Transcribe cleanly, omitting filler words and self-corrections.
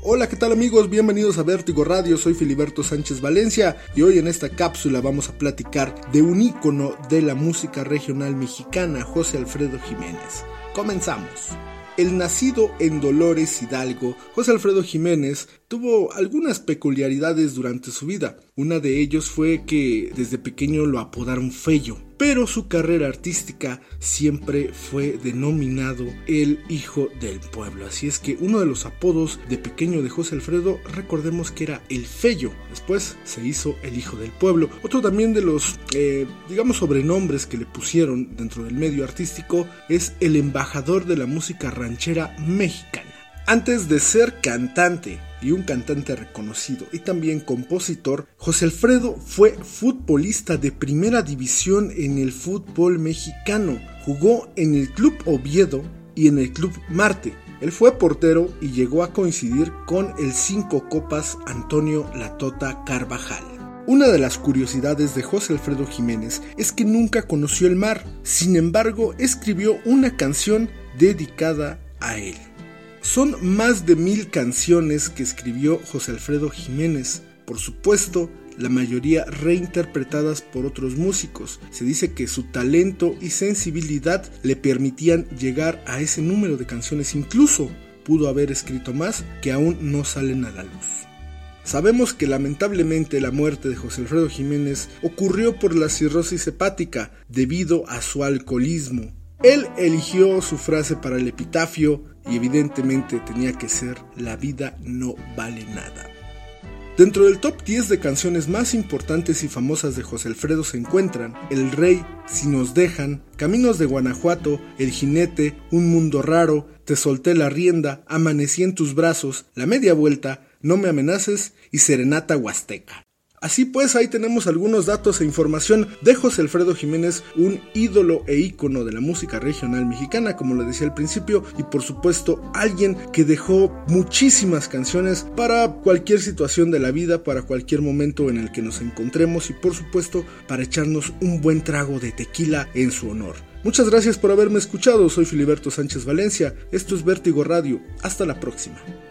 Hola, ¿qué tal amigos? Bienvenidos a Vértigo Radio, soy Filiberto Sánchez Valencia y hoy en esta cápsula vamos a platicar de un ícono de la música regional mexicana, José Alfredo Jiménez. Comenzamos. El nacido en Dolores, Hidalgo, José Alfredo Jiménez tuvo algunas peculiaridades durante su vida. Una de ellos fue que desde pequeño lo apodaron Fello, pero su carrera artística siempre fue denominado el hijo del pueblo. Así es que uno de los apodos de pequeño de José Alfredo, recordemos que era el Fello. Después se hizo el hijo del pueblo. Otro también de los, sobrenombres que le pusieron dentro del medio artístico es el embajador de la música ranchera mexicana. Antes de ser cantante y un cantante reconocido y también compositor, José Alfredo fue futbolista de primera división en el fútbol mexicano. Jugó en el Club Oviedo y en el Club Marte. Él fue portero y llegó a coincidir con el 5 Copas Antonio La Tota Carvajal. Una de las curiosidades de José Alfredo Jiménez es que nunca conoció el mar. Sin embargo, escribió una canción dedicada a él. Son más de 1000 canciones que escribió José Alfredo Jiménez, por supuesto, la mayoría reinterpretadas por otros músicos. Se dice que su talento y sensibilidad le permitían llegar a ese número de canciones, incluso pudo haber escrito más que aún no salen a la luz. Sabemos que lamentablemente la muerte de José Alfredo Jiménez ocurrió por la cirrosis hepática debido a su alcoholismo. Él eligió su frase para el epitafio y evidentemente tenía que ser "La vida no vale nada". Dentro del top 10 de canciones más importantes y famosas de José Alfredo se encuentran El Rey, Si nos dejan, Caminos de Guanajuato, El Jinete, Un mundo raro, Te solté la rienda, Amanecí en tus brazos, La media vuelta, No me amenaces y Serenata Huasteca. Así pues, ahí tenemos algunos datos e información de José Alfredo Jiménez, un ídolo e ícono de la música regional mexicana, como lo decía al principio, y por supuesto alguien que dejó muchísimas canciones para cualquier situación de la vida, para cualquier momento en el que nos encontremos y por supuesto para echarnos un buen trago de tequila en su honor. Muchas gracias por haberme escuchado, soy Filiberto Sánchez Valencia, esto es Vértigo Radio, hasta la próxima.